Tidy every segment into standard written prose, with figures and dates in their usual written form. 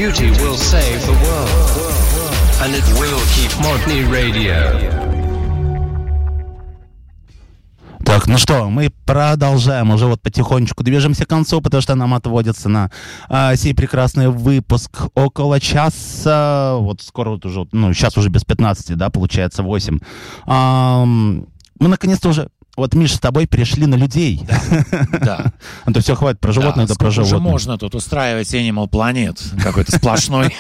beauty will save the world. And it will keep Modney Radio. Так, ну что, мы продолжаем, уже вот потихонечку движемся к концу, потому что нам отводится на сей прекрасный выпуск около часа, вот скоро вот уже, ну, сейчас уже без 15, да, получается 8. Мы наконец-то уже, вот, Миша, с тобой перешли на людей. Да. А то все, хватит про животных, да про животных. Уже можно тут устраивать Animal Planet какой-то сплошной.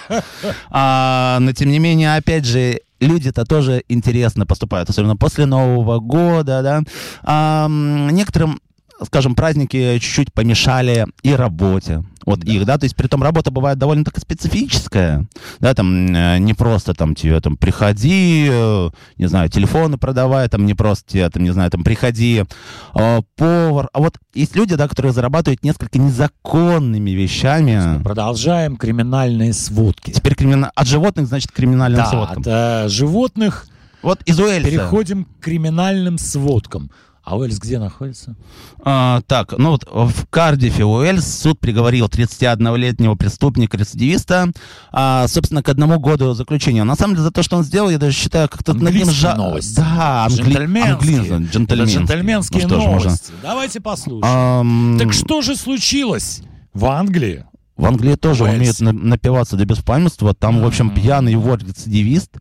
Но, тем не менее, опять же, люди-то тоже интересно поступают, особенно после Нового года, да. Некоторым, скажем, праздники чуть-чуть помешали и работе. Вот их, да, то есть при том работа бывает довольно так специфическая, да, там не просто там тебе там приходи, не знаю, телефоны продавай, там не просто тебе там, не знаю, там приходи, повар, а вот есть люди, да, которые зарабатывают несколько незаконными вещами. Продолжаем криминальные сводки. Теперь от животных, значит, криминальным сводкам. От животных вот из Уэльса переходим к криминальным сводкам. А Уэльс где находится? Так, ну вот в Кардифе, Уэльс, суд приговорил 31-летнего преступника-рецидивиста, собственно, к 1 году заключения. На самом деле, за то, что он сделал, я даже считаю, как-то над ним новости. Да, джентльменские новости. Давайте послушаем. Так что же случилось в Англии? В Англии тоже умеют напиваться до беспамятства. Там, в общем, пьяный вор-рецидивист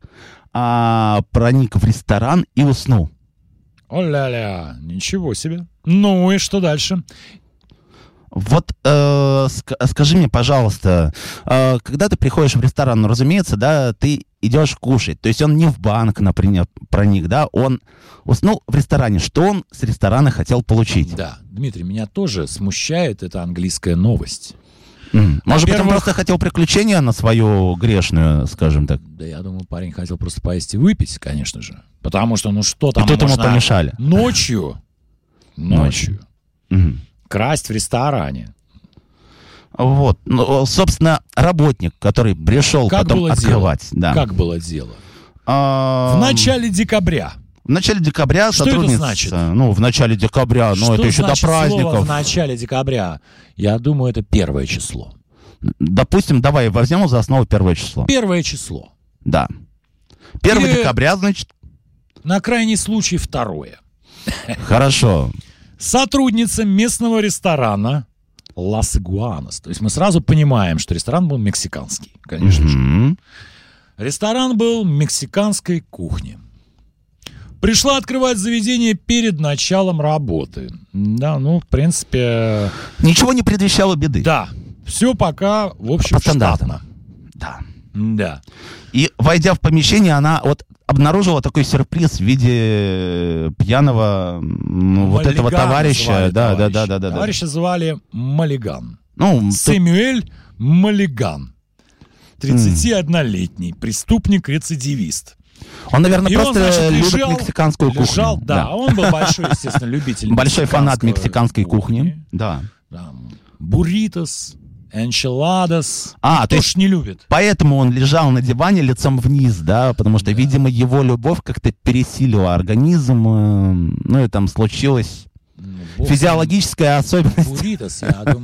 проник в ресторан и уснул. О-ля-ля, ничего себе. Ну и что дальше? Вот скажи мне, пожалуйста, когда ты приходишь в ресторан, ну, разумеется, да, ты идешь кушать. То есть он не в банк, например, проник, да, он уснул в ресторане. Что он с ресторана хотел получить? Да, Дмитрий, меня тоже смущает эта английская новость. Может быть, он просто хотел приключения на свою грешную, скажем так. Да, я думаю, парень хотел просто поесть и выпить, конечно же. Потому что, ну что там и тут ему помешали. Ночью красть в ресторане. Вот. Ну, собственно, работник, который пришел потом открывать. Да. Как было дело? В начале декабря. В начале декабря что сотрудница... это значит? Ну, в начале декабря, но это еще до праздников. Слово в начале декабря? Я думаю, это 1 число. Допустим, давай возьмем за основу 1 число. 1 число. Да. 1 декабря, значит... На крайний случай 2. Хорошо. Сотрудница местного ресторана Las Iguanas. То есть мы сразу понимаем, что ресторан был мексиканский, конечно же. Ресторан был мексиканской кухни. Пришла открывать заведение перед началом работы. Да, ну, в принципе... Ничего не предвещало беды. Да. Все пока, в общем, штатно. Да. И, войдя в помещение, она вот обнаружила такой сюрприз в виде пьяного вот этого товарища. Да. Товарища звали Маллиган. Сэмюэль Маллиган. 31-летний преступник-рецидивист. Он, наверное, просто любит мексиканскую кухню. Да, он был большой, естественно, любитель. Большой фанат мексиканской кухни. Да. Бурритос, энчиладос. То есть не любит. Поэтому он лежал на диване лицом вниз, да, потому что, видимо, его любовь как-то пересилила организм, ну и там случилось физиологическая особенность. Бурритос,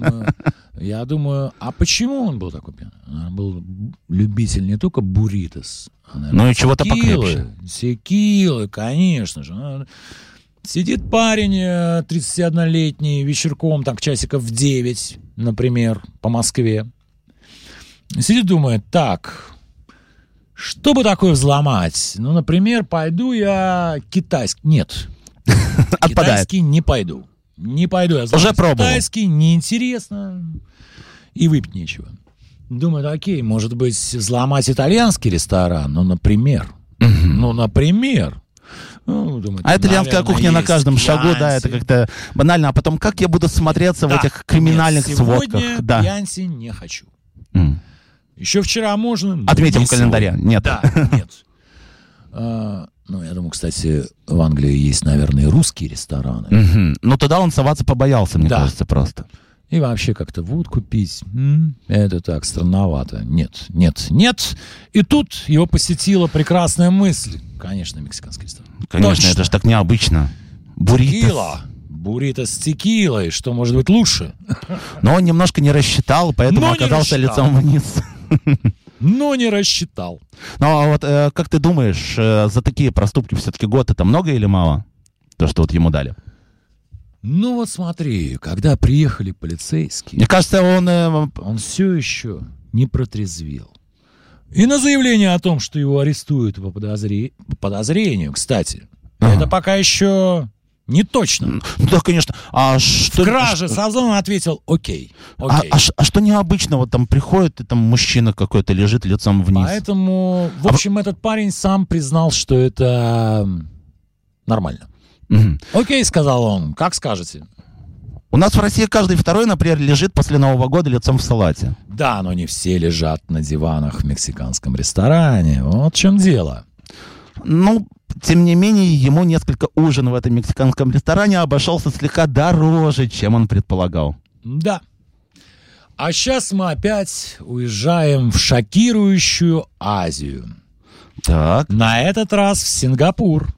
я думаю, а почему он был такой? Он был любитель не только бурритос, ну и чего-то покрепче. Текилы, конечно же. Сидит парень 31-летний вечерком, так часиков в 9, например, по Москве. Сидит, думает, так, что бы такое взломать? Ну, например, пойду я китайский. Нет, китайский не пойду. Не пойду я уже пробовал. Китайский неинтересно и выпить нечего. Думаю, окей, может быть, взломать итальянский ресторан, ну, например. Думаю, итальянская кухня на каждом шагу, да, это как-то банально. А потом, как я буду смотреться в этих криминальных сводках? Сегодня пьянси не хочу. Еще вчера можно. Отметим в календаре. Нет. Да, нет. Ну, я думаю, кстати, в Англии есть, наверное, и русские рестораны. Но туда он соваться побоялся, мне кажется, просто. И вообще как-то водку пить, это так странновато. Нет. И тут его посетила прекрасная мысль. Конечно, мексиканский ресторан. Конечно, это же так необычно. Бурритос. буррито с текилой, что может быть лучше? Но он немножко не рассчитал, поэтому оказался лицом вниз. Но не рассчитал. Ну, а вот как ты думаешь, за такие проступки все-таки год это много или мало? То, что вот ему дали. Ну вот смотри, когда приехали полицейские... Мне кажется, он все еще не протрезвел. И на заявление о том, что его арестуют по подозрению, кстати, это пока еще не точно. Да, конечно. В краже Сазон ответил окей. А что необычно? Вот там приходит, и там мужчина какой-то лежит лицом вниз. Поэтому, в общем, этот парень сам признал, что это нормально. Окей, сказал он, как скажете. У нас в России каждый второй, например, лежит после Нового года лицом в салате. Да, но не все лежат на диванах в мексиканском ресторане. Вот в чем дело. Ну, тем не менее, ему несколько ужин в этом мексиканском ресторане обошелся слегка дороже, чем он предполагал. Да. А сейчас мы опять уезжаем в шокирующую Азию. Так. На этот раз в Сингапур.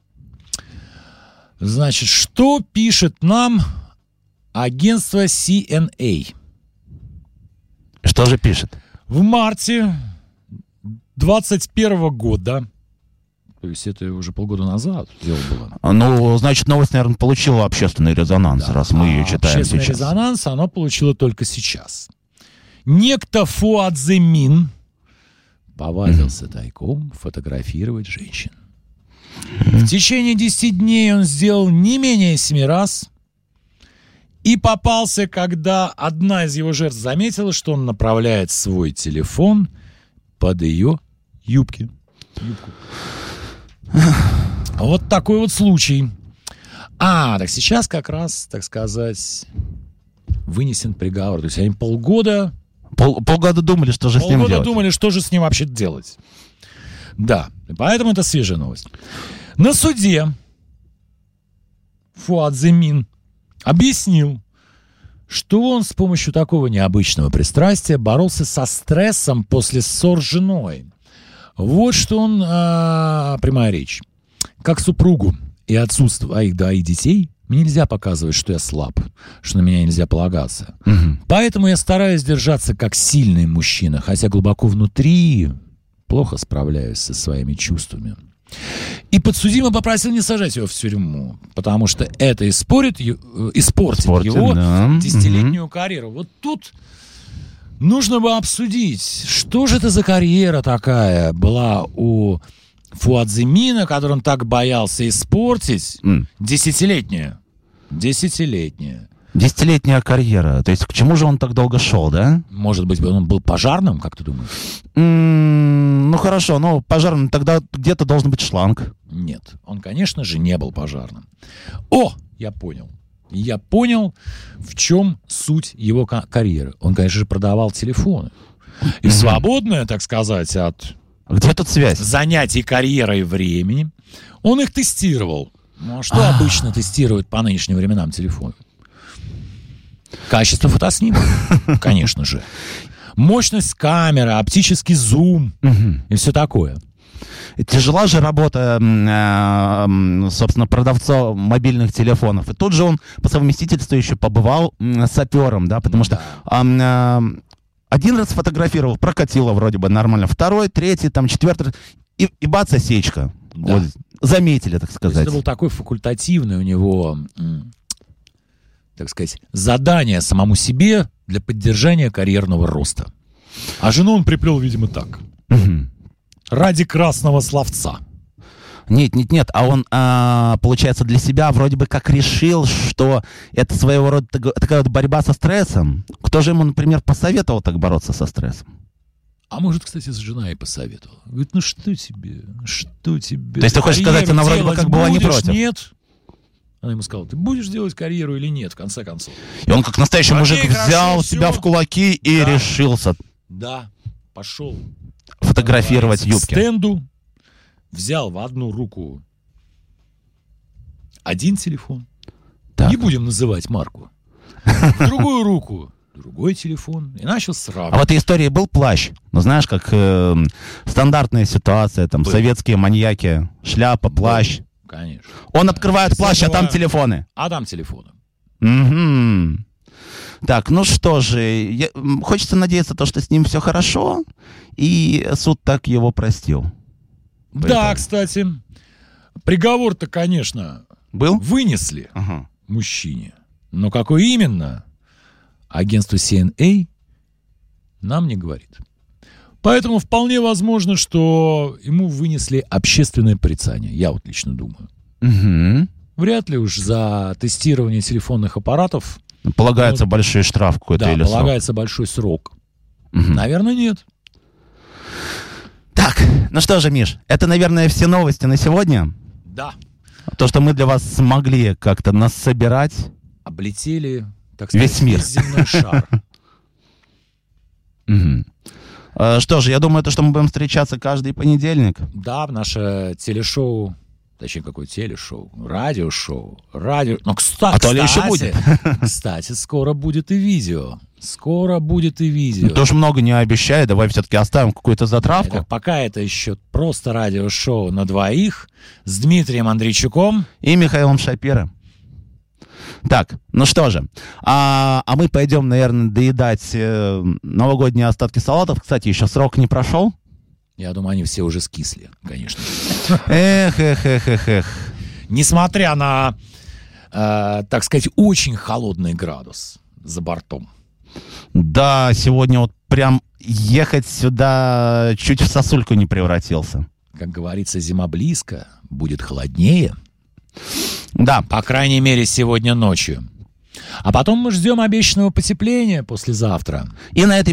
Значит, что пишет нам агентство CNA? Что же пишет? В марте 2021 года, то есть это уже полгода назад дело было. Ну, значит, новость, наверное, получила общественный резонанс, Да, раз мы ее читаем общественный сейчас. резонанс оно получило только сейчас. Некто Фуад Земин повадился тайком фотографировать женщин. В течение 10 дней он сделал не менее 7 раз и попался, когда одна из его жертв заметила, что он направляет свой телефон под ее юбку. Вот такой вот случай. Так сейчас как раз, так сказать, вынесен приговор. То есть они полгода думали, что же с ним делать. Полгода думали, что же с ним вообще делать. Да, поэтому это свежая новость. На суде Фуад Земин объяснил, что он с помощью такого необычного пристрастия боролся со стрессом после ссор с женой. Вот что он, прямая речь. Как супругу и отцу своих детей мне нельзя показывать, что я слаб, что на меня нельзя полагаться. Поэтому я стараюсь держаться как сильный мужчина, хотя глубоко внутри плохо справляюсь со своими чувствами. И подсудимый попросил не сажать его в тюрьму, потому что это испортит его 10-летнюю карьеру. Вот тут нужно бы обсудить, что же это за карьера такая была у Фуад Земина, которую он так боялся испортить. 10-летняя. 10-летняя карьера. То есть к чему же он так долго шел, да? Может быть, он был пожарным, как ты думаешь? Ну хорошо, но пожарным тогда где-то должен быть шланг. Нет, он, конечно же, не был пожарным. Я понял. Я понял, в чем суть его карьеры. Он, конечно же, продавал телефоны. И свободное, так сказать, от где тут связь? занятий карьерой времени, он их тестировал. Ну, а что обычно тестируют по нынешним временам телефоны? Качество фотоснимка, конечно же. Мощность камеры, оптический зум и все такое. Тяжела же работа, собственно, продавцов мобильных телефонов. И тут же он по совместительству еще побывал сапером, да, потому что один раз фотографировал, прокатило вроде бы нормально, второй, третий, там, четвертый, и бац, осечка. Да. Вот, заметили, так сказать. Это был такой факультативный у него, так сказать, задание самому себе для поддержания карьерного роста. А жену он приплел, видимо, так. Ради красного словца. Нет, а он, получается, для себя вроде бы как решил, что это своего рода такая вот борьба со стрессом. Кто же ему, например, посоветовал так бороться со стрессом? А может, кстати, жена и посоветовала. Говорит, что тебе? То есть ты хочешь сказать, она вроде бы как была не против? Нет. Она ему сказала, ты будешь делать карьеру или нет, в конце концов. И он как настоящий мужик взял себя в кулаки и решился. Да, пошел фотографировать юбки. К стенду, взял в одну руку один телефон, не будем называть марку, в другую руку другой телефон и начал сравнивать. А в этой истории был плащ. Ну, знаешь, как стандартная ситуация, там, советские маньяки, шляпа, плащ. Конечно. Он открывает Из плащ, а этого- там телефоны. А там телефоны. Мгм. Так, ну что же, хочется надеяться, то, что с ним все хорошо, и суд так его простил. Да, кстати, приговор-то, конечно, Был? вынесли Ага. мужчине. Но какой именно, агентство CNA нам не говорит. Поэтому вполне возможно, что ему вынесли общественное порицание. Я вот лично думаю. Мгм. Вряд ли уж за тестирование телефонных аппаратов, Полагается большой штраф какой-то да, или срок. полагается большой срок. Мгм. Наверное, нет. Так, ну что же, Миш, это, наверное, все новости на сегодня. Да. То, что мы для вас смогли как-то нас собирать. Облетели, так Весь сказать, мир. весь земной шар. Мгм. Что же, я думаю, то, что мы будем встречаться каждый понедельник. Да, наше телешоу, точнее, какое телешоу, радиошоу, Ну, кстати, А то ли еще будет. Кстати, скоро будет и видео. Скоро будет и видео. Тоже много не обещаю, давай все-таки оставим какую-то затравку. Итак, пока это еще просто радиошоу на двоих с Дмитрием Андрейчуком. И Михаилом Шапиро. Так, ну что же, а мы пойдем, наверное, доедать новогодние остатки салатов. Кстати, еще срок не прошел. Я думаю, они все уже скисли, конечно. Эх. Несмотря на, так сказать, очень холодный градус за бортом. Да, сегодня вот прям ехать сюда чуть в сосульку не превратился. Как говорится, зима близко, будет холоднее. Да, По крайней мере, сегодня ночью. А потом мы ждем обещанного потепления послезавтра. и на этой